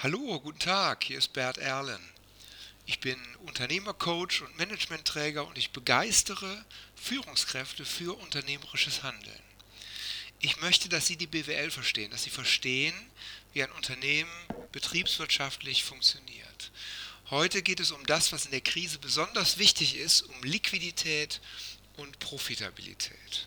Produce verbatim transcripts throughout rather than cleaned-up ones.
Hallo, guten Tag, hier ist Bert Erlen. Ich bin Unternehmercoach und Managementträger und ich begeistere Führungskräfte für unternehmerisches Handeln. Ich möchte, dass Sie die B W L verstehen, dass Sie verstehen, wie ein Unternehmen betriebswirtschaftlich funktioniert. Heute geht es um das, was in der Krise besonders wichtig ist, um Liquidität und Profitabilität.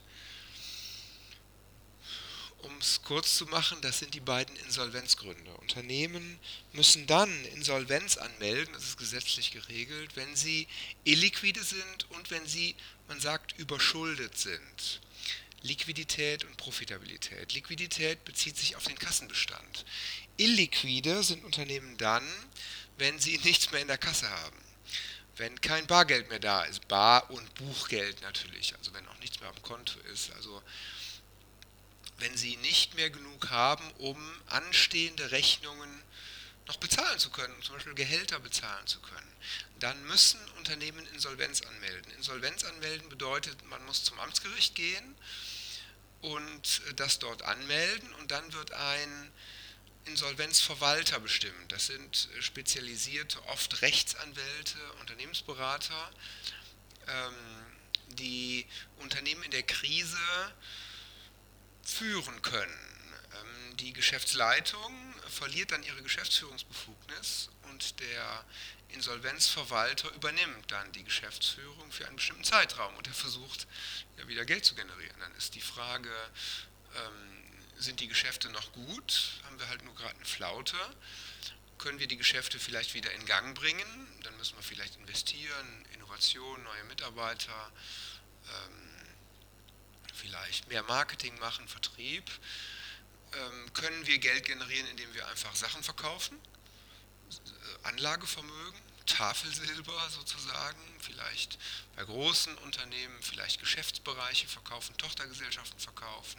Um es kurz zu machen, das sind die beiden Insolvenzgründe. Unternehmen müssen dann Insolvenz anmelden, das ist gesetzlich geregelt, wenn sie illiquide sind und wenn sie, man sagt, überschuldet sind. Liquidität und Profitabilität. Liquidität bezieht sich auf den Kassenbestand. Illiquide sind Unternehmen dann, wenn sie nichts mehr in der Kasse haben. Wenn kein Bargeld mehr da ist, Bar- und Buchgeld natürlich, also wenn auch nichts mehr am Konto ist, also wenn sie nicht mehr genug haben, um anstehende Rechnungen noch bezahlen zu können, zum Beispiel Gehälter bezahlen zu können, dann müssen Unternehmen Insolvenz anmelden. Insolvenz anmelden bedeutet, man muss zum Amtsgericht gehen und das dort anmelden und dann wird ein Insolvenzverwalter bestimmt. Das sind spezialisierte, oft Rechtsanwälte, Unternehmensberater, ähm, die Unternehmen in der Krise führen können. Ähm, die Geschäftsleitung verliert dann ihre Geschäftsführungsbefugnis und der Insolvenzverwalter übernimmt dann die Geschäftsführung für einen bestimmten Zeitraum und er versucht ja wieder Geld zu generieren. Dann ist die Frage, ähm, sind die Geschäfte noch gut? Haben wir halt nur gerade eine Flaute? Können wir die Geschäfte vielleicht wieder in Gang bringen? Dann müssen wir vielleicht investieren, Innovation, neue Mitarbeiter, ähm, vielleicht mehr Marketing machen, Vertrieb. Ähm, können wir Geld generieren, indem wir einfach Sachen verkaufen? Äh, Anlagevermögen, Tafelsilber sozusagen, vielleicht bei großen Unternehmen, vielleicht Geschäftsbereiche verkaufen, Tochtergesellschaften verkaufen.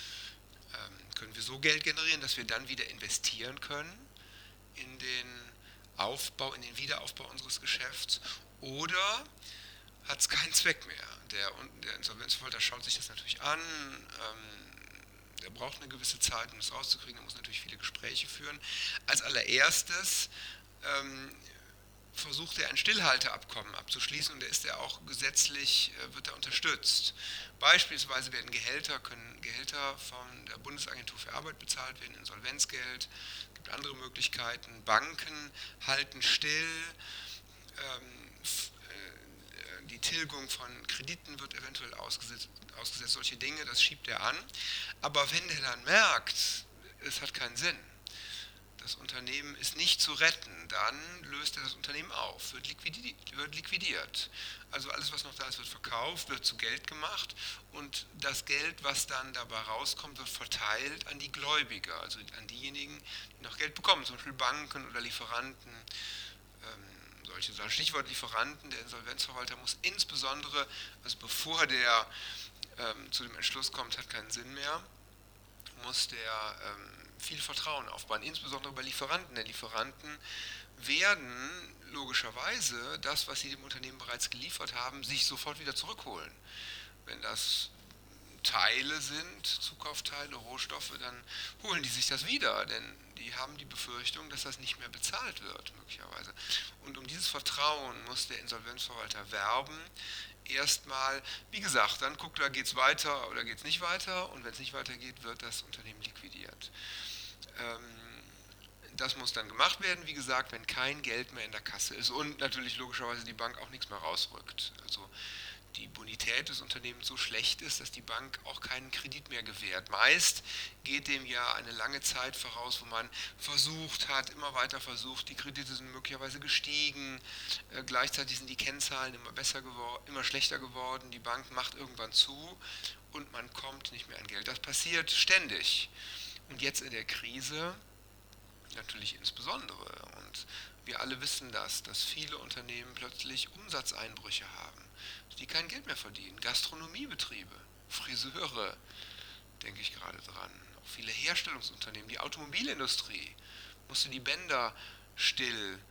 Ähm, können wir so Geld generieren, dass wir dann wieder investieren können in den Aufbau, in den Wiederaufbau unseres Geschäfts? Oder hat es keinen Zweck mehr? Der, der Insolvenzverwalter schaut sich das natürlich an, ähm, der braucht eine gewisse Zeit, um das rauszukriegen, er muss natürlich viele Gespräche führen. Als allererstes ähm, versucht er ein Stillhalteabkommen abzuschließen und da ist er auch gesetzlich, äh, wird er unterstützt. Beispielsweise werden Gehälter, können Gehälter von der Bundesagentur für Arbeit bezahlt werden, Insolvenzgeld, es gibt andere Möglichkeiten, Banken halten still, ähm, äh, die Tilgung von Krediten wird eventuell ausgesetzt, ausgesetzt, solche Dinge, das schiebt er an. Aber wenn der dann merkt, es hat keinen Sinn, das Unternehmen ist nicht zu retten, dann löst er das Unternehmen auf, wird liquidiert, wird liquidiert. Also alles, was noch da ist, wird verkauft, wird zu Geld gemacht und das Geld, was dann dabei rauskommt, wird verteilt an die Gläubiger, also an diejenigen, die noch Geld bekommen, zum Beispiel Banken oder Lieferanten, ähm, solche Sachen. Stichwort Lieferanten, der Insolvenzverwalter muss insbesondere, also bevor der ähm, zu dem Entschluss kommt, hat keinen Sinn mehr, muss der ähm, viel Vertrauen aufbauen, insbesondere bei Lieferanten. Denn Lieferanten werden logischerweise das, was sie dem Unternehmen bereits geliefert haben, sich sofort wieder zurückholen. Wenn das Teile sind, Zukaufteile, Rohstoffe, dann holen die sich das wieder, denn die haben die Befürchtung, dass das nicht mehr bezahlt wird, möglicherweise. Und um dieses Vertrauen muss der Insolvenzverwalter werben. Erstmal, wie gesagt, dann guckt er, geht es weiter oder geht es nicht weiter und wenn es nicht weitergeht, wird das Unternehmen liquidiert. Ähm, Das muss dann gemacht werden, wie gesagt, wenn kein Geld mehr in der Kasse ist und natürlich logischerweise die Bank auch nichts mehr rausrückt. Also die Bonität des Unternehmens so schlecht ist, dass die Bank auch keinen Kredit mehr gewährt. Meist geht dem ja eine lange Zeit voraus, wo man versucht hat, immer weiter versucht, die Kredite sind möglicherweise gestiegen, äh, gleichzeitig sind die Kennzahlen immer besser geworden, immer schlechter geworden, die Bank macht irgendwann zu und man kommt nicht mehr an Geld. Das passiert ständig. Und jetzt in der Krise natürlich insbesondere. Und wir alle wissen das, dass viele Unternehmen plötzlich Umsatzeinbrüche haben, die kein Geld mehr verdienen. Gastronomiebetriebe, Friseure, denke ich gerade dran. Auch viele Herstellungsunternehmen, die Automobilindustrie musste die Bänder stillstellen,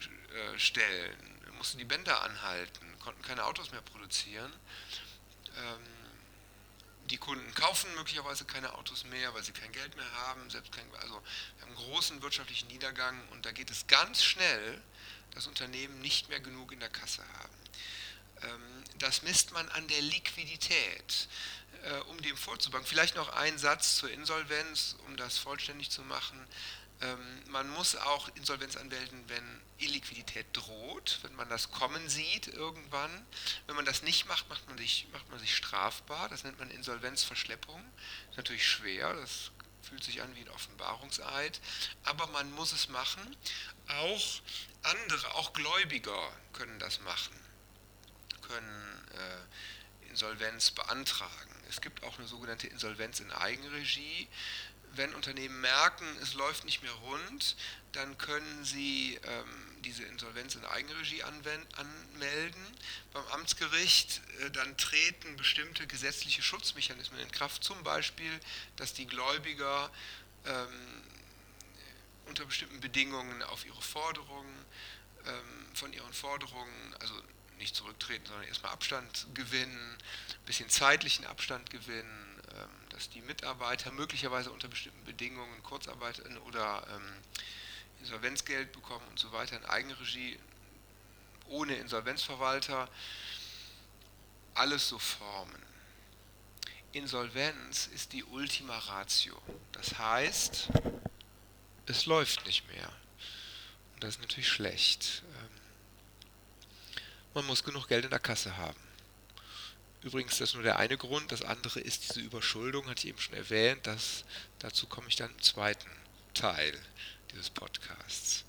äh, musste die Bänder anhalten, konnten keine Autos mehr produzieren. Ähm, die Kunden kaufen möglicherweise keine Autos mehr, weil sie kein Geld mehr haben, selbst kein, also wir haben einen großen wirtschaftlichen Niedergang und da geht es ganz schnell, dass Unternehmen nicht mehr genug in der Kasse haben. Ähm, das misst man an der Liquidität. Äh, um dem vorzubeugen, vielleicht noch ein Satz zur Insolvenz, um das vollständig zu machen. Ähm, man muss auch Insolvenz anmelden, wenn Illiquidität droht, wenn man das kommen sieht irgendwann. Wenn man das nicht macht, macht man sich, macht man sich strafbar. Das nennt man Insolvenzverschleppung. Das ist natürlich schwer, das fühlt sich an wie ein Offenbarungseid, aber man muss es machen. Auch andere, auch Gläubiger können das machen, können äh, Insolvenz beantragen. Es gibt auch eine sogenannte Insolvenz in Eigenregie. Wenn Unternehmen merken, es läuft nicht mehr rund, dann können sie ähm, diese Insolvenz in Eigenregie anwenden, anmelden beim Amtsgericht. Äh, dann treten bestimmte gesetzliche Schutzmechanismen in Kraft, zum Beispiel, dass die Gläubiger ähm, unter bestimmten Bedingungen auf ihre Forderungen, ähm, von ihren Forderungen, also nicht zurücktreten, sondern erstmal Abstand gewinnen, ein bisschen zeitlichen Abstand gewinnen, ähm, dass die Mitarbeiter möglicherweise unter bestimmten Bedingungen Kurzarbeit oder ähm, Insolvenzgeld bekommen und so weiter in Eigenregie, ohne Insolvenzverwalter, alles so Formen. Insolvenz ist die Ultima Ratio. Das heißt, es läuft nicht mehr. Und das ist natürlich schlecht. Man muss genug Geld in der Kasse haben. Übrigens, das ist nur der eine Grund. Das andere ist diese Überschuldung, hatte ich eben schon erwähnt. Das, dazu komme ich dann im zweiten Teil dieses Podcasts.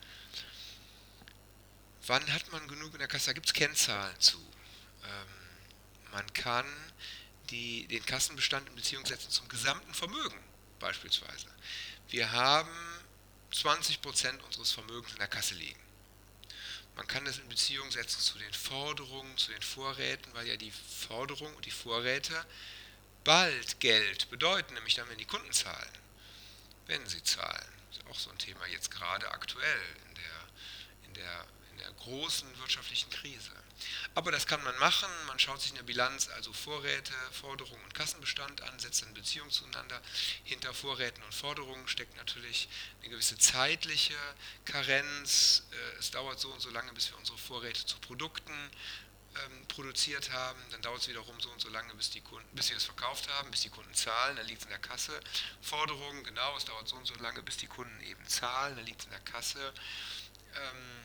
Wann hat man genug in der Kasse? Da gibt es Kennzahlen zu. Ähm, man kann die, den Kassenbestand in Beziehung setzen zum gesamten Vermögen beispielsweise. Wir haben zwanzig Prozent unseres Vermögens in der Kasse liegen. Man kann das in Beziehung setzen zu den Forderungen, zu den Vorräten, weil ja die Forderungen und die Vorräte bald Geld bedeuten, nämlich dann, wenn die Kunden zahlen. Wenn sie zahlen. Das ist auch so ein Thema jetzt gerade aktuell in der, in der, in der großen wirtschaftlichen Krise. Aber das kann man machen, man schaut sich in der Bilanz also Vorräte, Forderungen und Kassenbestand an, setzt in Beziehung zueinander. Hinter Vorräten und Forderungen steckt natürlich eine gewisse zeitliche Karenz. Es dauert so und so lange, bis wir unsere Vorräte zu Produkten ähm, produziert haben. Dann dauert es wiederum so und so lange, bis, die Kunden, bis wir es verkauft haben, bis die Kunden zahlen. Dann liegt es in der Kasse. Forderungen, genau, es dauert so und so lange, bis die Kunden eben zahlen. Dann liegt es in der Kasse. Ähm,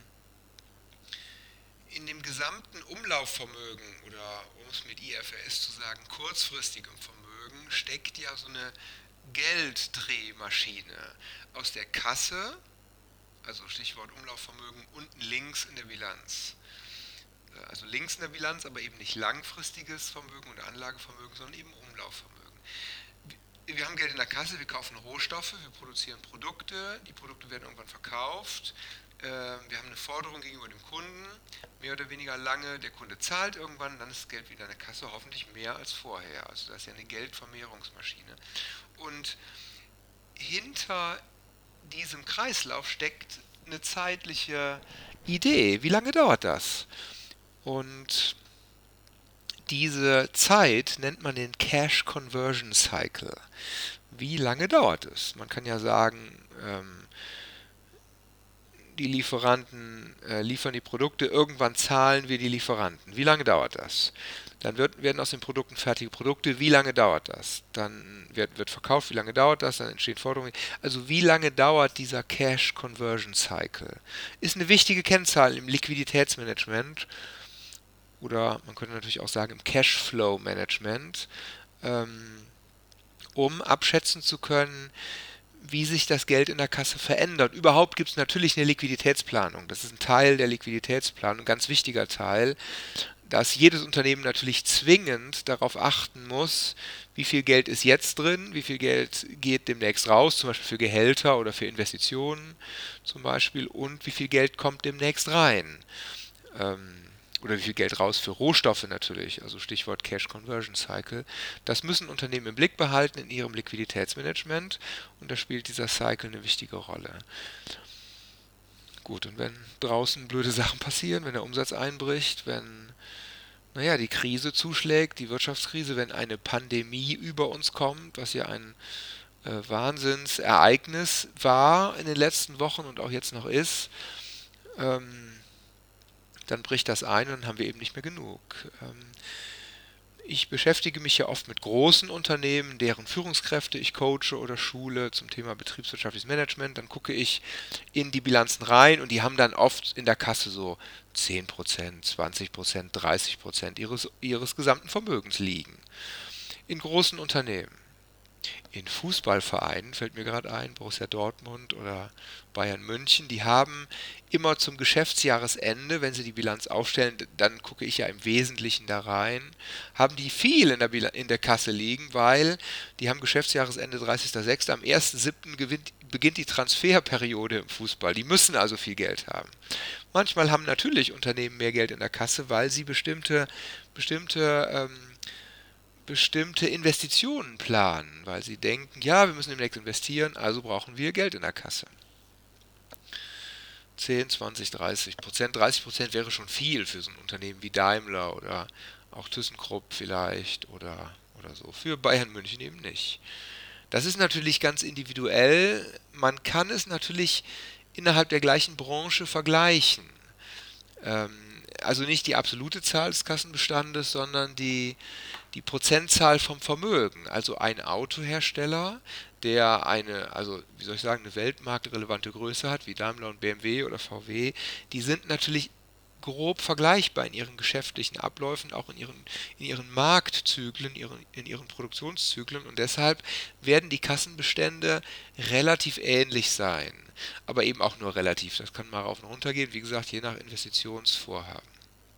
In dem gesamten Umlaufvermögen oder, um es mit I F R S zu sagen, kurzfristigem Vermögen steckt ja so eine Gelddrehmaschine aus der Kasse, also Stichwort Umlaufvermögen, unten links in der Bilanz. Also links in der Bilanz, aber eben nicht langfristiges Vermögen oder Anlagevermögen, sondern eben Umlaufvermögen. Wir haben Geld in der Kasse, wir kaufen Rohstoffe, wir produzieren Produkte, die Produkte werden irgendwann verkauft. Wir haben eine Forderung gegenüber dem Kunden, mehr oder weniger lange, der Kunde zahlt irgendwann, dann ist das Geld wieder in der Kasse, hoffentlich mehr als vorher. Also das ist ja eine Geldvermehrungsmaschine. Und hinter diesem Kreislauf steckt eine zeitliche Idee. Wie lange dauert das? Und diese Zeit nennt man den Cash Conversion Cycle. Wie lange dauert es? Man kann ja sagen, ähm, die Lieferanten äh, liefern die Produkte, irgendwann zahlen wir die Lieferanten. Wie lange dauert das? Dann wird, werden aus den Produkten fertige Produkte. Wie lange dauert das? Dann wird, wird verkauft. Wie lange dauert das? Dann entstehen Forderungen. Also wie lange dauert dieser Cash Conversion Cycle? Ist eine wichtige Kennzahl im Liquiditätsmanagement oder man könnte natürlich auch sagen im Cashflow Management, ähm, um abschätzen zu können, wie sich das Geld in der Kasse verändert. Überhaupt gibt es natürlich eine Liquiditätsplanung. Das ist ein Teil der Liquiditätsplanung, ein ganz wichtiger Teil, dass jedes Unternehmen natürlich zwingend darauf achten muss, wie viel Geld ist jetzt drin, wie viel Geld geht demnächst raus, zum Beispiel für Gehälter oder für Investitionen zum Beispiel, und wie viel Geld kommt demnächst rein. Ähm, oder wie viel Geld raus für Rohstoffe natürlich, also Stichwort Cash Conversion Cycle. Das müssen Unternehmen im Blick behalten in ihrem Liquiditätsmanagement und da spielt dieser Cycle eine wichtige Rolle. Gut, und wenn draußen blöde Sachen passieren, wenn der Umsatz einbricht, wenn naja, die Krise zuschlägt, die Wirtschaftskrise, wenn eine Pandemie über uns kommt, was ja ein äh, Wahnsinnsereignis war in den letzten Wochen und auch jetzt noch ist, ähm, dann bricht das ein und dann haben wir eben nicht mehr genug. Ähm, Ich beschäftige mich ja oft mit großen Unternehmen, deren Führungskräfte ich coache oder schule zum Thema betriebswirtschaftliches Management. Dann gucke ich in die Bilanzen rein und die haben dann oft in der Kasse so zehn Prozent, zwanzig Prozent, dreißig Prozent ihres, ihres gesamten Vermögens liegen. In großen Unternehmen. In Fußballvereinen fällt mir gerade ein, Borussia Dortmund oder Bayern München, die haben immer zum Geschäftsjahresende, wenn sie die Bilanz aufstellen, dann gucke ich ja im Wesentlichen da rein, haben die viel in der, Bil- in der Kasse liegen, weil die haben Geschäftsjahresende dreißigster sechster Am ersten siebten gewinnt, beginnt die Transferperiode im Fußball. Die müssen also viel Geld haben. Manchmal haben natürlich Unternehmen mehr Geld in der Kasse, weil sie bestimmte, bestimmte ähm, bestimmte Investitionen planen, weil sie denken, ja, wir müssen demnächst investieren, also brauchen wir Geld in der Kasse. zehn, zwanzig, dreißig Prozent. dreißig Prozent wäre schon viel für so ein Unternehmen wie Daimler oder auch ThyssenKrupp vielleicht oder, oder so. Für Bayern München eben nicht. Das ist natürlich ganz individuell. Man kann es natürlich innerhalb der gleichen Branche vergleichen. Ähm, also nicht die absolute Zahl des Kassenbestandes, sondern die, die Prozentzahl vom Vermögen. Also ein Autohersteller, der eine, also wie soll ich sagen, eine weltmarktrelevante Größe hat, wie Daimler und B M W oder V W, die sind natürlich grob vergleichbar in ihren geschäftlichen Abläufen, auch in ihren, in ihren Marktzyklen, ihren, in ihren Produktionszyklen und deshalb werden die Kassenbestände relativ ähnlich sein. Aber eben auch nur relativ. Das kann mal rauf und runter gehen, wie gesagt, je nach Investitionsvorhaben.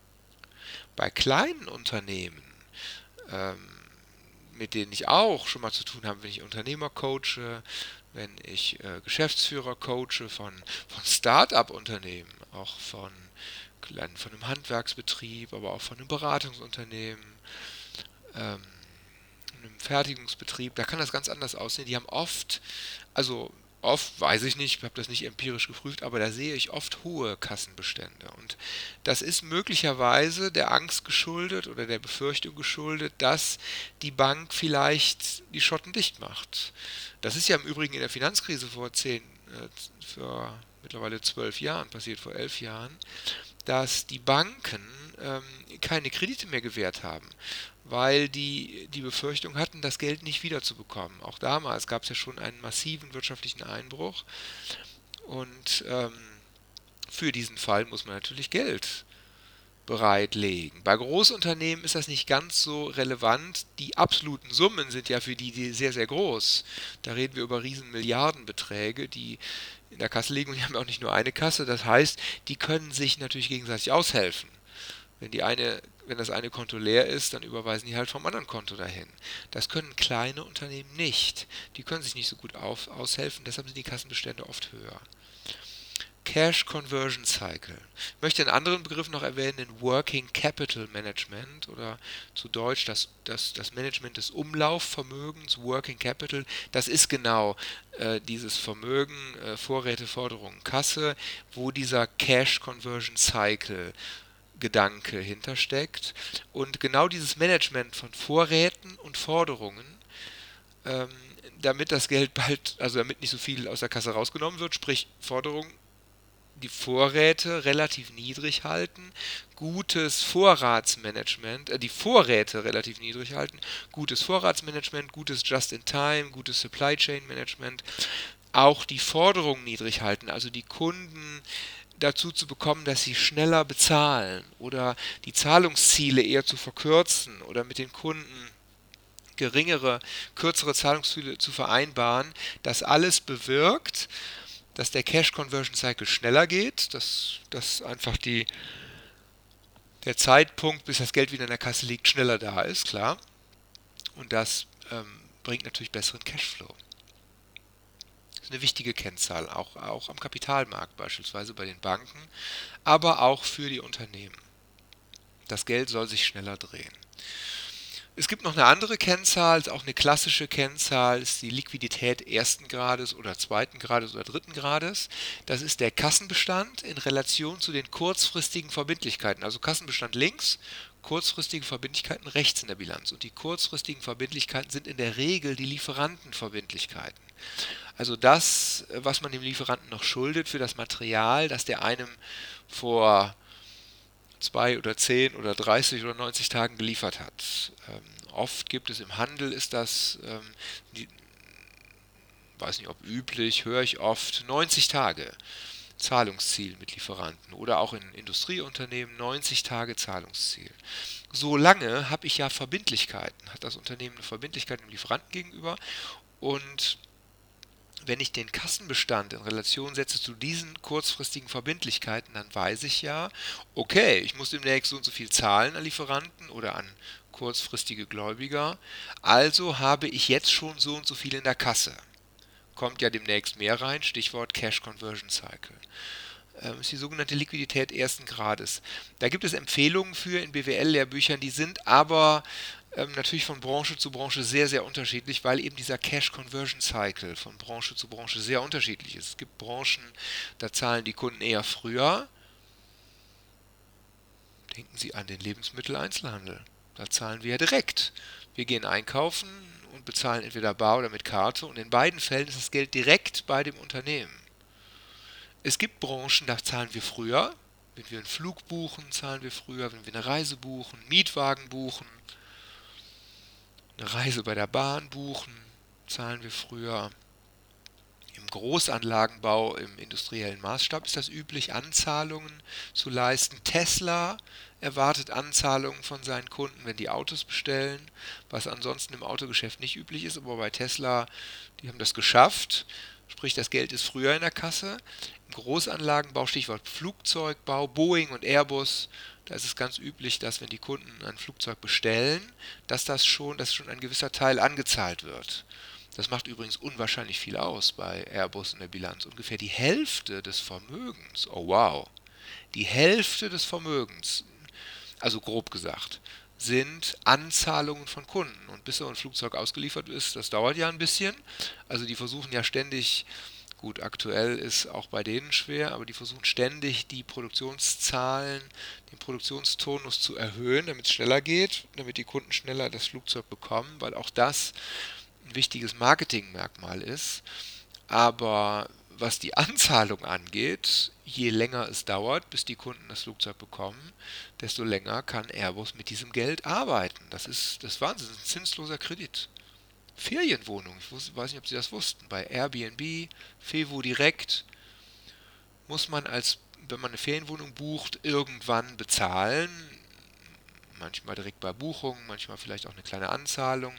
Bei kleinen Unternehmen, ähm, mit denen ich auch schon mal zu tun habe, wenn ich Unternehmer coache, wenn ich äh, Geschäftsführer coache von, von Start-up-Unternehmen, auch von, kleinen- von einem Handwerksbetrieb, aber auch von einem Beratungsunternehmen, ähm, einem Fertigungsbetrieb, da kann das ganz anders aussehen. Die haben oft, also oft, weiß ich nicht, ich habe das nicht empirisch geprüft, aber da sehe ich oft hohe Kassenbestände. Und das ist möglicherweise der Angst geschuldet oder der Befürchtung geschuldet, dass die Bank vielleicht die Schotten dicht macht. Das ist ja im Übrigen in der Finanzkrise vor zehn, äh, vor mittlerweile zwölf Jahren passiert, vor elf Jahren, dass die Banken ähm, keine Kredite mehr gewährt haben, weil die die Befürchtung hatten, das Geld nicht wiederzubekommen. Auch damals gab es ja schon einen massiven wirtschaftlichen Einbruch und ähm, für diesen Fall muss man natürlich Geld bereitlegen. Bei Großunternehmen ist das nicht ganz so relevant. Die absoluten Summen sind ja für die, die sehr, sehr groß. Da reden wir über riesen Milliardenbeträge, die in der Kasse liegen und die haben ja auch nicht nur eine Kasse. Das heißt, die können sich natürlich gegenseitig aushelfen. Wenn die eine, wenn das eine Konto leer ist, dann überweisen die halt vom anderen Konto dahin. Das können kleine Unternehmen nicht. Die können sich nicht so gut auf, aushelfen, deshalb sind die Kassenbestände oft höher. Cash Conversion Cycle. Ich möchte einen anderen Begriff noch erwähnen, den Working Capital Management oder zu Deutsch das, das, das Management des Umlaufvermögens, Working Capital. Das ist genau äh, dieses Vermögen, äh, Vorräte, Forderungen, Kasse, wo dieser Cash Conversion Cycle Gedanke hintersteckt. Und genau dieses Management von Vorräten und Forderungen, ähm, damit das Geld bald, also damit nicht so viel aus der Kasse rausgenommen wird, sprich Forderungen, die Vorräte relativ niedrig halten, gutes Vorratsmanagement, äh, die Vorräte relativ niedrig halten, gutes Vorratsmanagement, gutes Just-in-Time, gutes Supply Chain Management, auch die Forderungen niedrig halten, also die Kunden dazu zu bekommen, dass sie schneller bezahlen oder die Zahlungsziele eher zu verkürzen oder mit den Kunden geringere, kürzere Zahlungsziele zu vereinbaren. Das alles bewirkt, dass der Cash Conversion Cycle schneller geht, dass, dass einfach die, der Zeitpunkt, bis das Geld wieder in der Kasse liegt, schneller da ist, klar. Und das ähm, bringt natürlich besseren Cashflow. Das ist eine wichtige Kennzahl, auch, auch am Kapitalmarkt beispielsweise bei den Banken, aber auch für die Unternehmen. Das Geld soll sich schneller drehen. Es gibt noch eine andere Kennzahl, ist auch eine klassische Kennzahl, ist die Liquidität ersten Grades oder zweiten Grades oder dritten Grades. Das ist der Kassenbestand in Relation zu den kurzfristigen Verbindlichkeiten. Also Kassenbestand links, kurzfristige Verbindlichkeiten rechts in der Bilanz. Und die kurzfristigen Verbindlichkeiten sind in der Regel die Lieferantenverbindlichkeiten. Also das, was man dem Lieferanten noch schuldet für das Material, das der einem vor zwei oder zehn oder dreißig oder neunzig Tagen geliefert hat. Ähm, oft gibt es im Handel, ist das, ähm, die, weiß nicht ob üblich, höre ich oft, neunzig Tage Zahlungsziel mit Lieferanten oder auch in Industrieunternehmen neunzig Tage Zahlungsziel. So lange habe ich ja Verbindlichkeiten, hat das Unternehmen eine Verbindlichkeit dem Lieferanten gegenüber, und wenn ich den Kassenbestand in Relation setze zu diesen kurzfristigen Verbindlichkeiten, dann weiß ich ja, okay, ich muss demnächst so und so viel zahlen an Lieferanten oder an kurzfristige Gläubiger, also habe ich jetzt schon so und so viel in der Kasse. Kommt ja demnächst mehr rein, Stichwort Cash Conversion Cycle. Das ist die sogenannte Liquidität ersten Grades. Da gibt es Empfehlungen für in B W L-Lehrbüchern, die sind aber ähm, natürlich von Branche zu Branche sehr, sehr unterschiedlich, weil eben dieser Cash Conversion Cycle von Branche zu Branche sehr unterschiedlich ist. Es gibt Branchen, da zahlen die Kunden eher früher. Denken Sie an den Lebensmitteleinzelhandel. Da zahlen wir ja direkt. Wir gehen einkaufen und bezahlen entweder bar oder mit Karte, und in beiden Fällen ist das Geld direkt bei dem Unternehmen. Es gibt Branchen, da zahlen wir früher. Wenn wir einen Flug buchen, zahlen wir früher. Wenn wir eine Reise buchen, einen Mietwagen buchen, eine Reise bei der Bahn buchen, zahlen wir früher. Im Großanlagenbau, im industriellen Maßstab ist das üblich, Anzahlungen zu leisten. Tesla erwartet Anzahlungen von seinen Kunden, wenn die Autos bestellen, was ansonsten im Autogeschäft nicht üblich ist, aber bei Tesla, die haben das geschafft, sprich das Geld ist früher in der Kasse. Im Großanlagenbau, Stichwort Flugzeugbau, Boeing und Airbus, da ist es ganz üblich, dass wenn die Kunden ein Flugzeug bestellen, dass das schon, dass schon ein gewisser Teil angezahlt wird. Das macht übrigens unwahrscheinlich viel aus bei Airbus in der Bilanz. Ungefähr die Hälfte des Vermögens, oh wow, die Hälfte des Vermögens, also grob gesagt, sind Anzahlungen von Kunden. Und bis so ein Flugzeug ausgeliefert ist, das dauert ja ein bisschen. Also die versuchen ja ständig, gut, aktuell ist auch bei denen schwer, aber die versuchen ständig die Produktionszahlen, den Produktionstonus zu erhöhen, damit es schneller geht, damit die Kunden schneller das Flugzeug bekommen, weil auch das ein wichtiges Marketingmerkmal ist. Aber was die Anzahlung angeht, je länger es dauert, bis die Kunden das Flugzeug bekommen, desto länger kann Airbus mit diesem Geld arbeiten. Das ist das ist Wahnsinn, das ist ein zinsloser Kredit. Ferienwohnung, ich wus- weiß nicht, ob Sie das wussten, bei Airbnb, Fevo Direkt muss man als, wenn man eine Ferienwohnung bucht, irgendwann bezahlen. Manchmal direkt bei Buchung, manchmal vielleicht auch eine kleine Anzahlung.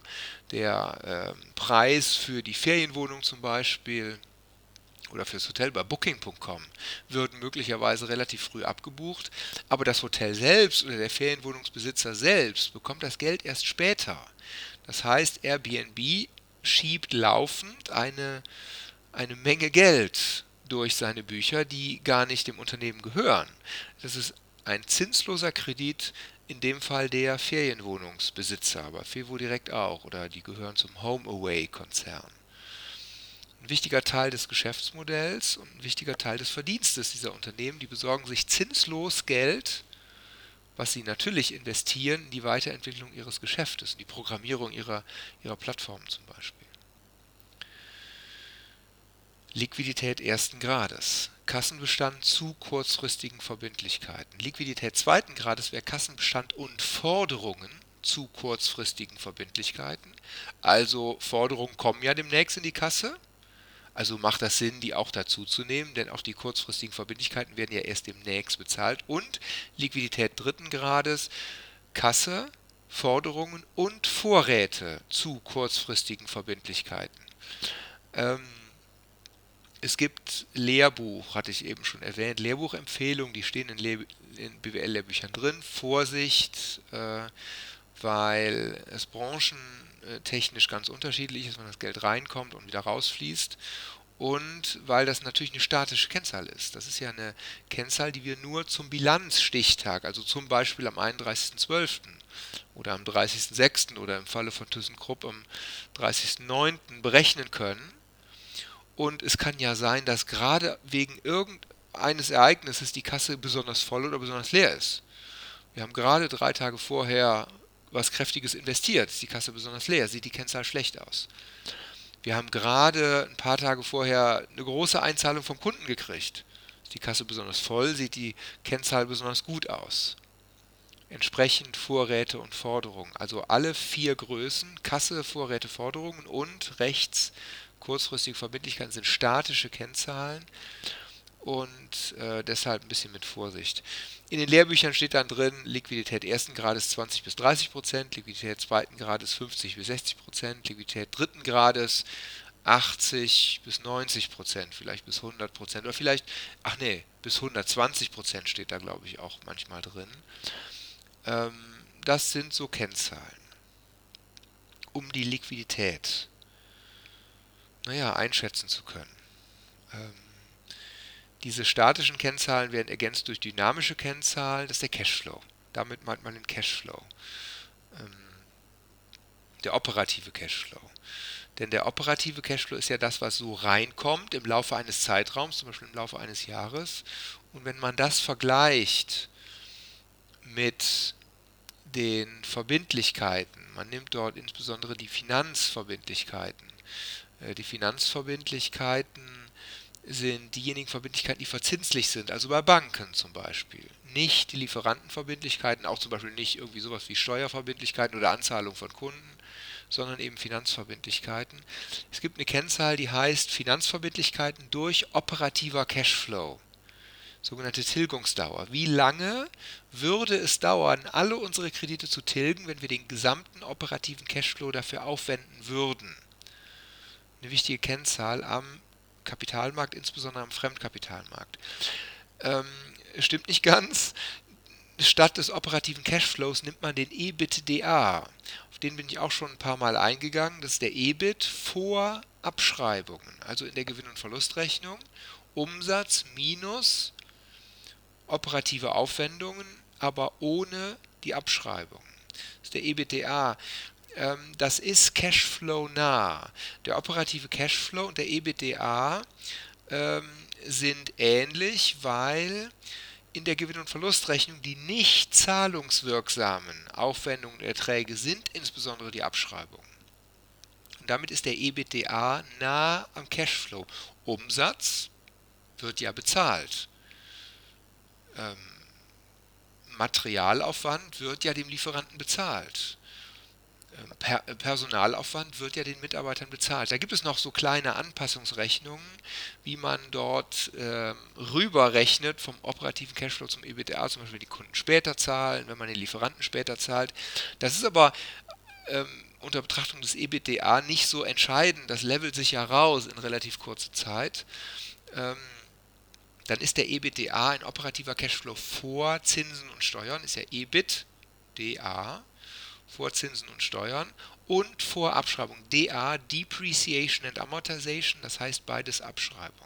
Der ähm, Preis für die Ferienwohnung zum Beispiel oder fürs Hotel bei Booking Punkt com wird möglicherweise relativ früh abgebucht, aber das Hotel selbst oder der Ferienwohnungsbesitzer selbst bekommt das Geld erst später. Das heißt, Airbnb schiebt laufend eine, eine Menge Geld durch seine Bücher, die gar nicht dem Unternehmen gehören. Das ist ein zinsloser Kredit, in dem Fall der Ferienwohnungsbesitzer, aber Fevo direkt auch, oder die gehören zum HomeAway-Konzern. Ein wichtiger Teil des Geschäftsmodells und ein wichtiger Teil des Verdienstes dieser Unternehmen, die besorgen sich zinslos Geld, was sie natürlich investieren in die Weiterentwicklung ihres Geschäftes, in die Programmierung ihrer, ihrer Plattformen zum Beispiel. Liquidität ersten Grades. Kassenbestand zu kurzfristigen Verbindlichkeiten. Liquidität zweiten Grades wäre Kassenbestand und Forderungen zu kurzfristigen Verbindlichkeiten. Also Forderungen kommen ja demnächst in die Kasse. Also macht das Sinn, die auch dazu zu nehmen, denn auch die kurzfristigen Verbindlichkeiten werden ja erst demnächst bezahlt. Und Liquidität dritten Grades, Kasse, Forderungen und Vorräte zu kurzfristigen Verbindlichkeiten. Ähm, Es gibt Lehrbuch, hatte ich eben schon erwähnt, Lehrbuchempfehlungen, die stehen in, Le in B W L-Lehrbüchern drin. Vorsicht, äh, weil es branchentechnisch ganz unterschiedlich ist, wenn das Geld reinkommt und wieder rausfließt. Und weil das natürlich eine statische Kennzahl ist. Das ist ja eine Kennzahl, die wir nur zum Bilanzstichtag, also zum Beispiel am einunddreißigsten zwölften oder am dreißigsten sechsten oder im Falle von ThyssenKrupp am dreißigsten neunten berechnen können. Und es kann ja sein, dass gerade wegen irgendeines Ereignisses die Kasse besonders voll oder besonders leer ist. Wir haben gerade drei Tage vorher was Kräftiges investiert, ist die Kasse besonders leer, sieht die Kennzahl schlecht aus. Wir haben gerade ein paar Tage vorher eine große Einzahlung vom Kunden gekriegt, ist die Kasse besonders voll, sieht die Kennzahl besonders gut aus. Entsprechend Vorräte und Forderungen, also alle vier Größen, Kasse, Vorräte, Forderungen und rechts kurzfristige Verbindlichkeiten sind statische Kennzahlen und äh, deshalb ein bisschen mit Vorsicht. In den Lehrbüchern steht dann drin, Liquidität ersten Grades zwanzig bis dreißig Prozent, Liquidität zweiten Grades fünfzig bis sechzig Prozent, Liquidität dritten Grades achtzig bis neunzig Prozent, vielleicht bis hundert Prozent oder vielleicht, ach nee, bis hundertzwanzig Prozent steht da glaube ich auch manchmal drin. Ähm, das sind so Kennzahlen. Um die Liquidität, naja, einschätzen zu können. Ähm, Diese statischen Kennzahlen werden ergänzt durch dynamische Kennzahlen, das ist der Cashflow. Damit meint man den Cashflow, ähm, der operative Cashflow. Denn der operative Cashflow ist ja das, was so reinkommt im Laufe eines Zeitraums, zum Beispiel im Laufe eines Jahres. Und wenn man das vergleicht mit den Verbindlichkeiten, man nimmt dort insbesondere die Finanzverbindlichkeiten. Äh, die Finanzverbindlichkeiten sind diejenigen Verbindlichkeiten, die verzinslich sind, also bei Banken zum Beispiel. Nicht die Lieferantenverbindlichkeiten, auch zum Beispiel nicht irgendwie sowas wie Steuerverbindlichkeiten oder Anzahlung von Kunden, sondern eben Finanzverbindlichkeiten. Es gibt eine Kennzahl, die heißt Finanzverbindlichkeiten durch operativer Cashflow, sogenannte Tilgungsdauer. Wie lange würde es dauern, alle unsere Kredite zu tilgen, wenn wir den gesamten operativen Cashflow dafür aufwenden würden? Eine wichtige Kennzahl am Kapitalmarkt, insbesondere am Fremdkapitalmarkt. Ähm, stimmt nicht ganz. Statt des operativen Cashflows nimmt man den EBITDA. Auf den bin ich auch schon ein paar Mal eingegangen. Das ist der E B I T vor Abschreibungen, also in der Gewinn- und Verlustrechnung. Umsatz minus operative Aufwendungen, aber ohne die Abschreibung. Das ist der EBITDA. Ähm, das ist Cashflow nah. Der operative Cashflow und der EBITDA ähm, sind ähnlich, weil in der Gewinn- und Verlustrechnung die nicht zahlungswirksamen Aufwendungen und Erträge sind insbesondere die Abschreibungen. Und damit ist der EBITDA nah am Cashflow. Umsatz wird ja bezahlt. Ähm, Materialaufwand wird ja dem Lieferanten bezahlt. Per Personalaufwand wird ja den Mitarbeitern bezahlt. Da gibt es noch so kleine Anpassungsrechnungen, wie man dort ähm, rüberrechnet vom operativen Cashflow zum EBITDA, zum Beispiel die Kunden später zahlen, wenn man den Lieferanten später zahlt. Das ist aber ähm, unter Betrachtung des EBITDA nicht so entscheidend. Das levelt sich ja raus in relativ kurzer Zeit. Ähm, dann ist der EBITDA ein operativer Cashflow vor Zinsen und Steuern, ist ja E B I T, D A, vor Zinsen und Steuern und vor Abschreibung. D A, Depreciation and Amortization, das heißt beides Abschreibung.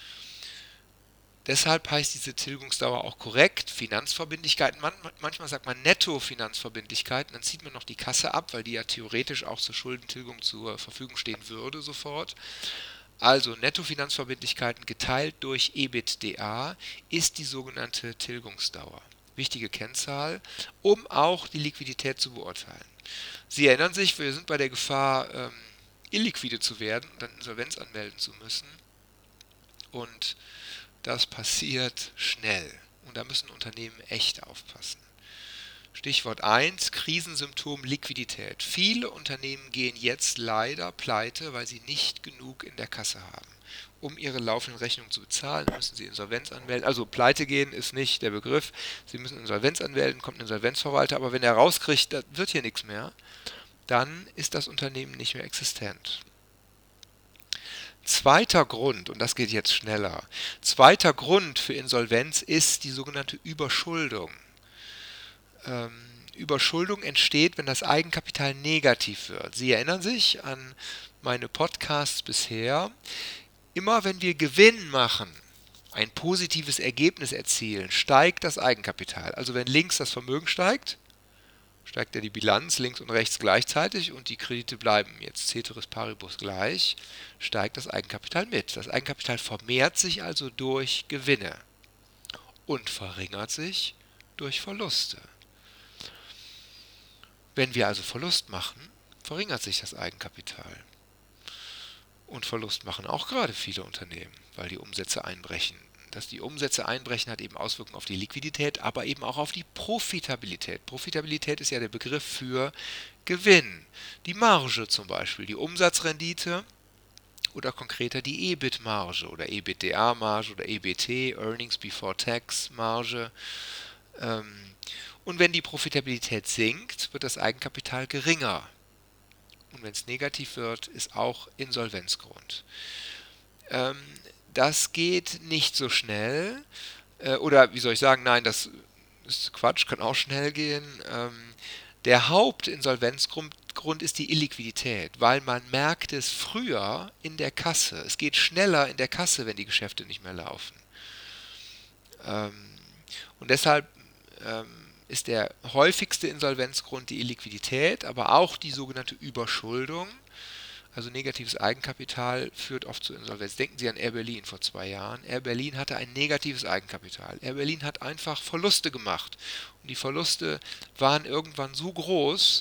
Deshalb heißt diese Tilgungsdauer auch korrekt Finanzverbindlichkeiten. Man, manchmal sagt man Netto-Finanzverbindlichkeiten, dann zieht man noch die Kasse ab, weil die ja theoretisch auch zur Schuldentilgung zur Verfügung stehen würde sofort. Also Nettofinanzverbindlichkeiten geteilt durch EBITDA ist die sogenannte Tilgungsdauer. Wichtige Kennzahl, um auch die Liquidität zu beurteilen. Sie erinnern sich, wir sind bei der Gefahr, ähm, illiquide zu werden und dann Insolvenz anmelden zu müssen. Und das passiert schnell. Und da müssen Unternehmen echt aufpassen. Stichwort eins, Krisensymptom Liquidität. Viele Unternehmen gehen jetzt leider pleite, weil sie nicht genug in der Kasse haben. Um ihre laufenden Rechnungen zu bezahlen, müssen sie Insolvenz anmelden. Also pleite gehen ist nicht der Begriff. Sie müssen Insolvenz anmelden, kommt ein Insolvenzverwalter, aber wenn er rauskriegt, da wird hier nichts mehr, dann ist das Unternehmen nicht mehr existent. Zweiter Grund, und das geht jetzt schneller, zweiter Grund für Insolvenz ist die sogenannte Überschuldung. Ähm, Überschuldung entsteht, wenn das Eigenkapital negativ wird. Sie erinnern sich an meine Podcasts bisher. Immer wenn wir Gewinn machen, ein positives Ergebnis erzielen, steigt das Eigenkapital. Also wenn links das Vermögen steigt, steigt ja die Bilanz links und rechts gleichzeitig und die Kredite bleiben jetzt ceteris paribus gleich, steigt das Eigenkapital mit. Das Eigenkapital vermehrt sich also durch Gewinne und verringert sich durch Verluste. Wenn wir also Verlust machen, verringert sich das Eigenkapital. Und Verlust machen auch gerade viele Unternehmen, weil die Umsätze einbrechen. Dass die Umsätze einbrechen, hat eben Auswirkungen auf die Liquidität, aber eben auch auf die Profitabilität. Profitabilität ist ja der Begriff für Gewinn. Die Marge zum Beispiel, die Umsatzrendite oder konkreter die E B I T-Marge oder EBITDA-Marge oder E B T, Earnings Before Tax-Marge. Und wenn die Profitabilität sinkt, wird das Eigenkapital geringer. Und wenn es negativ wird, ist auch Insolvenzgrund. Ähm, das geht nicht so schnell. Äh, oder wie soll ich sagen, nein, das ist Quatsch, kann auch schnell gehen. Ähm, der Hauptinsolvenzgrund Grund ist die Illiquidität, weil man merkt es früher in der Kasse. Es geht schneller in der Kasse, wenn die Geschäfte nicht mehr laufen. Ähm, und deshalb ähm, ist der häufigste Insolvenzgrund die Illiquidität, aber auch die sogenannte Überschuldung. Also negatives Eigenkapital führt oft zu Insolvenz. Denken Sie an Air Berlin vor zwei Jahren. Air Berlin hatte ein negatives Eigenkapital. Air Berlin hat einfach Verluste gemacht. Und die Verluste waren irgendwann so groß,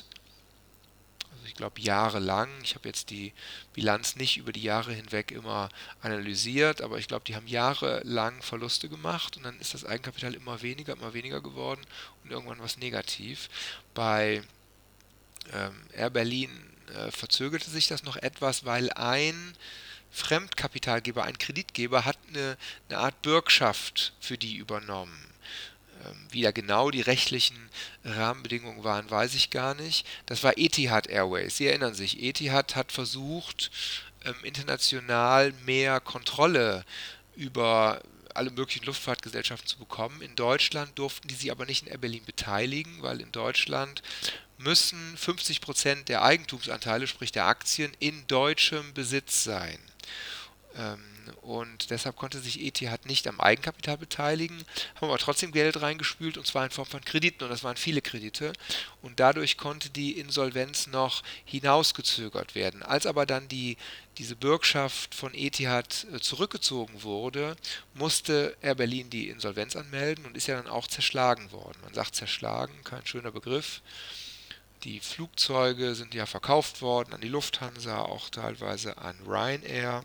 also ich glaube jahrelang, ich habe jetzt die Bilanz nicht über die Jahre hinweg immer analysiert, aber ich glaube, die haben jahrelang Verluste gemacht und dann ist das Eigenkapital immer weniger, immer weniger geworden und irgendwann war es negativ. Bei ähm, Air Berlin äh, verzögerte sich das noch etwas, weil ein Fremdkapitalgeber, ein Kreditgeber, hat eine, eine Art Bürgschaft für die übernommen. Ähm, wie da genau die rechtlichen Rahmenbedingungen waren, weiß ich gar nicht. Das war Etihad Airways. Sie erinnern sich, Etihad hat versucht, ähm, international mehr Kontrolle über alle möglichen Luftfahrtgesellschaften zu bekommen. In Deutschland durften die sich aber nicht in Air Berlin beteiligen, weil in Deutschland müssen fünfzig Prozent der Eigentumsanteile, sprich der Aktien, in deutschem Besitz sein. Ähm, und deshalb konnte sich Etihad nicht am Eigenkapital beteiligen, haben aber trotzdem Geld reingespült, und zwar in Form von Krediten, und das waren viele Kredite. Und dadurch konnte die Insolvenz noch hinausgezögert werden. Als aber dann die, diese Bürgschaft von Etihad äh, zurückgezogen wurde, musste Air Berlin die Insolvenz anmelden und ist ja dann auch zerschlagen worden. Man sagt zerschlagen, kein schöner Begriff. Die Flugzeuge sind ja verkauft worden an die Lufthansa, auch teilweise an Ryanair.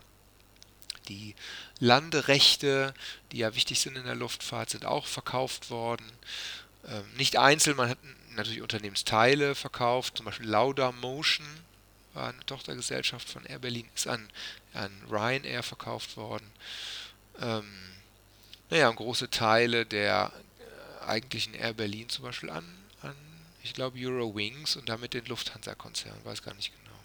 Die Landerechte, die ja wichtig sind in der Luftfahrt, sind auch verkauft worden. Ähm, nicht einzeln, man hat natürlich Unternehmensteile verkauft, zum Beispiel Laudamotion war eine Tochtergesellschaft von Air Berlin, ist an, an Ryanair verkauft worden. Ähm, naja, und große Teile der äh, eigentlichen Air Berlin zum Beispiel an, an ich glaube, Eurowings und damit den Lufthansa-Konzern, weiß gar nicht genau.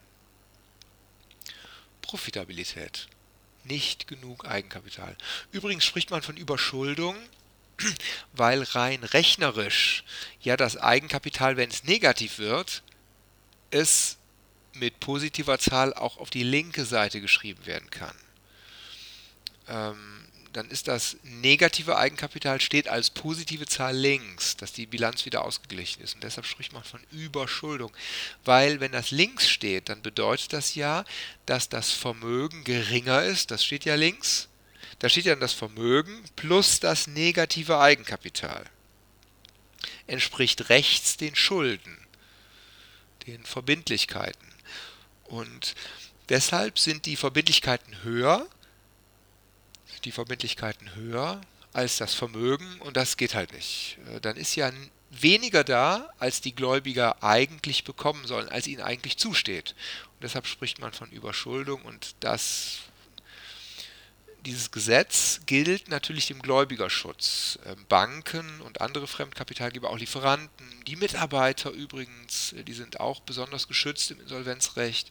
Profitabilität. Nicht genug Eigenkapital. Übrigens spricht man von Überschuldung, weil rein rechnerisch ja das Eigenkapital, wenn es negativ wird, es mit positiver Zahl auch auf die linke Seite geschrieben werden kann. Ähm, dann ist das negative Eigenkapital steht als positive Zahl links, dass die Bilanz wieder ausgeglichen ist. Und deshalb spricht man von Überschuldung. Weil wenn das links steht, dann bedeutet das ja, dass das Vermögen geringer ist. Das steht ja links. Da steht ja dann das Vermögen plus das negative Eigenkapital. Entspricht rechts den Schulden, den Verbindlichkeiten. Und deshalb sind die Verbindlichkeiten höher, die Verbindlichkeiten höher als das Vermögen, und das geht halt nicht. Dann ist ja weniger da, als die Gläubiger eigentlich bekommen sollen, als ihnen eigentlich zusteht. Und deshalb spricht man von Überschuldung, und das, dieses Gesetz gilt natürlich dem Gläubigerschutz. Banken und andere Fremdkapitalgeber, auch Lieferanten, die Mitarbeiter übrigens, die sind auch besonders geschützt im Insolvenzrecht.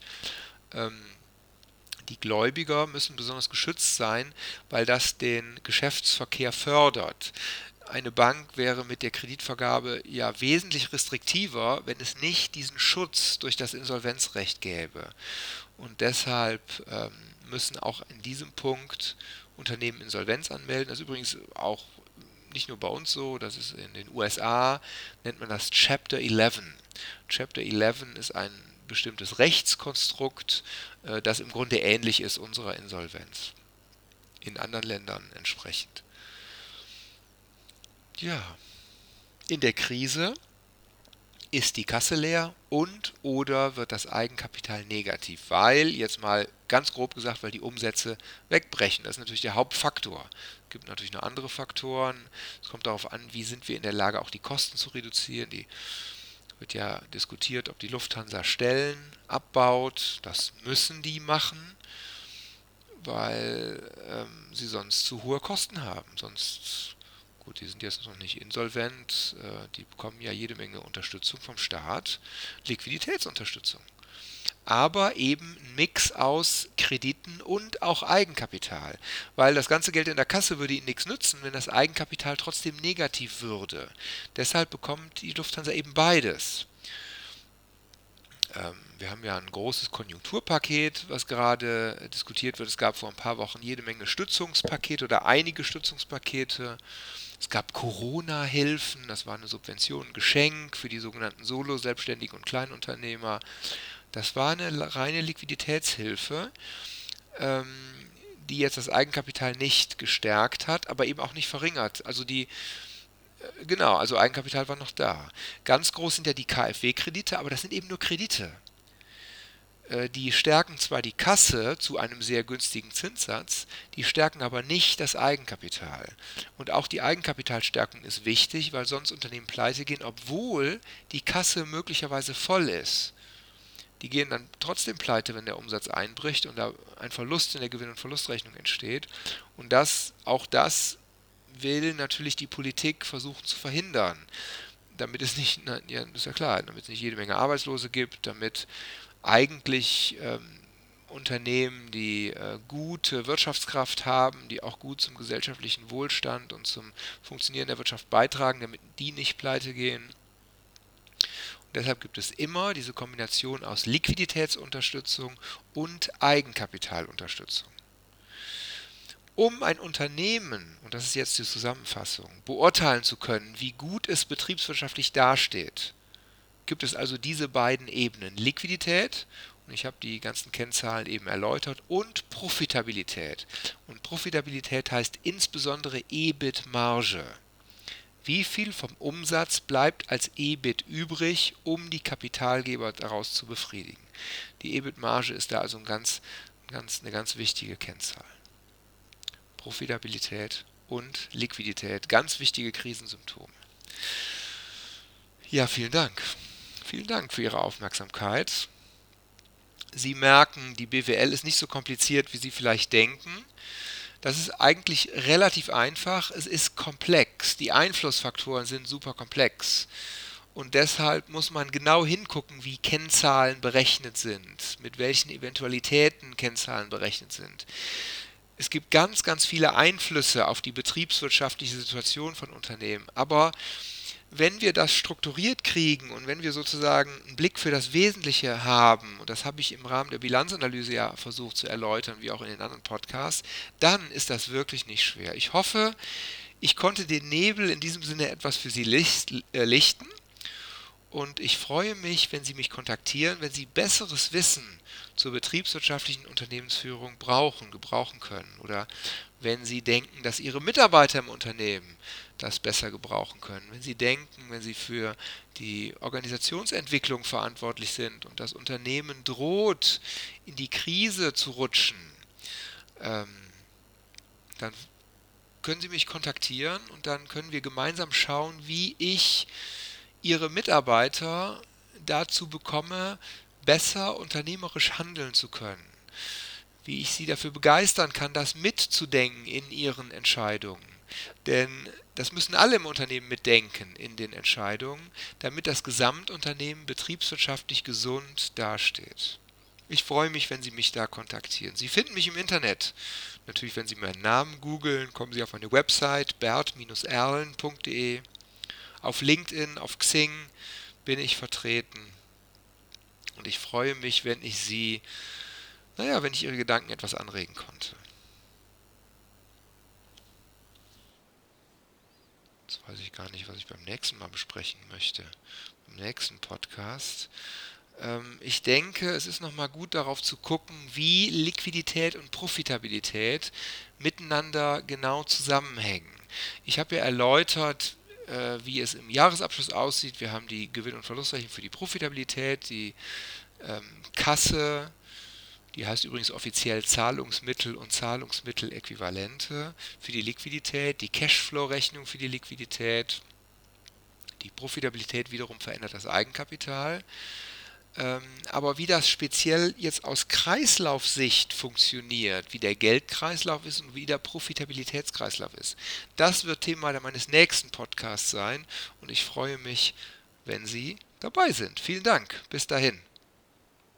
Die Gläubiger müssen besonders geschützt sein, weil das den Geschäftsverkehr fördert. Eine Bank wäre mit der Kreditvergabe ja wesentlich restriktiver, wenn es nicht diesen Schutz durch das Insolvenzrecht gäbe. Und deshalb ähm, müssen auch in diesem Punkt Unternehmen Insolvenz anmelden. Das ist übrigens auch nicht nur bei uns so, das ist in den U S A, nennt man das Chapter elf. Chapter elf ist ein bestimmtes Rechtskonstrukt, äh, das im Grunde ähnlich ist unserer Insolvenz. In anderen Ländern entsprechend. Ja, in der Krise ist die Kasse leer und oder wird das Eigenkapital negativ, weil, jetzt mal ganz grob gesagt, weil die Umsätze wegbrechen. Das ist natürlich der Hauptfaktor. Es gibt natürlich noch andere Faktoren. Es kommt darauf an, wie sind wir in der Lage, auch die Kosten zu reduzieren. Die wird ja diskutiert, ob die Lufthansa Stellen abbaut. Das müssen die machen, weil ähm, sie sonst zu hohe Kosten haben. Sonst, gut, die sind jetzt noch nicht insolvent, äh, die bekommen ja jede Menge Unterstützung vom Staat, Liquiditätsunterstützung. Aber eben ein Mix aus Krediten und auch Eigenkapital. Weil das ganze Geld in der Kasse würde ihnen nichts nützen, wenn das Eigenkapital trotzdem negativ würde. Deshalb bekommt die Lufthansa eben beides. Ähm, wir haben ja ein großes Konjunkturpaket, was gerade diskutiert wird. Es gab vor ein paar Wochen jede Menge Stützungspakete oder einige Stützungspakete. Es gab Corona-Hilfen, das war eine Subvention, ein Geschenk für die sogenannten Solo-Selbstständigen und Kleinunternehmer. Das war eine reine Liquiditätshilfe, ähm, die jetzt das Eigenkapital nicht gestärkt hat, aber eben auch nicht verringert. Also die, äh, genau, also Eigenkapital war noch da. Ganz groß sind ja die KfW-Kredite, aber das sind eben nur Kredite. Äh, die stärken zwar die Kasse zu einem sehr günstigen Zinssatz, die stärken aber nicht das Eigenkapital. Und auch die Eigenkapitalstärkung ist wichtig, weil sonst Unternehmen pleite gehen, obwohl die Kasse möglicherweise voll ist. Die gehen dann trotzdem pleite, wenn der Umsatz einbricht und da ein Verlust in der Gewinn- und Verlustrechnung entsteht. Und das, auch das will natürlich die Politik versuchen zu verhindern, damit es nicht, na, ja, das ist ja klar, damit es nicht jede Menge Arbeitslose gibt, damit eigentlich ähm, Unternehmen, die äh, gute Wirtschaftskraft haben, die auch gut zum gesellschaftlichen Wohlstand und zum Funktionieren der Wirtschaft beitragen, damit die nicht pleite gehen. Deshalb gibt es immer diese Kombination aus Liquiditätsunterstützung und Eigenkapitalunterstützung. Um ein Unternehmen, und das ist jetzt die Zusammenfassung, beurteilen zu können, wie gut es betriebswirtschaftlich dasteht, gibt es also diese beiden Ebenen: Liquidität, und ich habe die ganzen Kennzahlen eben erläutert, und Profitabilität. Und Profitabilität heißt insbesondere E B I T-Marge. Wie viel vom Umsatz bleibt als E B I T übrig, um die Kapitalgeber daraus zu befriedigen? Die E B I T-Marge ist da also ein ganz, ganz, eine ganz wichtige Kennzahl. Profitabilität und Liquidität, ganz wichtige Krisensymptome. Ja, vielen Dank. Vielen Dank für Ihre Aufmerksamkeit. Sie merken, die B W L ist nicht so kompliziert, wie Sie vielleicht denken. Das ist eigentlich relativ einfach. Es ist komplex. Die Einflussfaktoren sind super komplex. Und deshalb muss man genau hingucken, wie Kennzahlen berechnet sind, mit welchen Eventualitäten Kennzahlen berechnet sind. Es gibt ganz, ganz viele Einflüsse auf die betriebswirtschaftliche Situation von Unternehmen. Aber wenn wir das strukturiert kriegen und wenn wir sozusagen einen Blick für das Wesentliche haben, und das habe ich im Rahmen der Bilanzanalyse ja versucht zu erläutern, wie auch in den anderen Podcasts, dann ist das wirklich nicht schwer. Ich hoffe, ich konnte den Nebel in diesem Sinne etwas für Sie licht, äh, lichten. Und ich freue mich, wenn Sie mich kontaktieren, wenn Sie besseres Wissen zur betriebswirtschaftlichen Unternehmensführung brauchen, gebrauchen können. Oder wenn Sie denken, dass Ihre Mitarbeiter im Unternehmen das besser gebrauchen können. Wenn Sie denken, wenn Sie für die Organisationsentwicklung verantwortlich sind und das Unternehmen droht, in die Krise zu rutschen, ähm, dann können Sie mich kontaktieren und dann können wir gemeinsam schauen, wie ich Ihre Mitarbeiter dazu bekomme, besser unternehmerisch handeln zu können. Wie ich sie dafür begeistern kann, das mitzudenken in ihren Entscheidungen. Denn das müssen alle im Unternehmen mitdenken in den Entscheidungen, damit das Gesamtunternehmen betriebswirtschaftlich gesund dasteht. Ich freue mich, wenn Sie mich da kontaktieren. Sie finden mich im Internet. Natürlich, wenn Sie meinen Namen googeln, kommen Sie auf meine Website bert erlen punkt de. Auf LinkedIn, auf Xing bin ich vertreten. Und ich freue mich, wenn ich Sie, naja, wenn ich Ihre Gedanken etwas anregen konnte. Jetzt weiß ich gar nicht, was ich beim nächsten Mal besprechen möchte. Im nächsten Podcast. Ähm, ich denke, es ist nochmal gut darauf zu gucken, wie Liquidität und Profitabilität miteinander genau zusammenhängen. Ich habe ja erläutert, äh, wie es im Jahresabschluss aussieht. Wir haben die Gewinn- und Verlustrechnung für die Profitabilität, die ähm, Kasse, die heißt übrigens offiziell Zahlungsmittel und Zahlungsmitteläquivalente für die Liquidität, die Cashflow-Rechnung für die Liquidität, die Profitabilität wiederum verändert das Eigenkapital. Ähm, aber wie das speziell jetzt aus Kreislaufsicht funktioniert, wie der Geldkreislauf ist und wie der Profitabilitätskreislauf ist, das wird Thema meines nächsten Podcasts sein und ich freue mich, wenn Sie dabei sind. Vielen Dank. Bis dahin.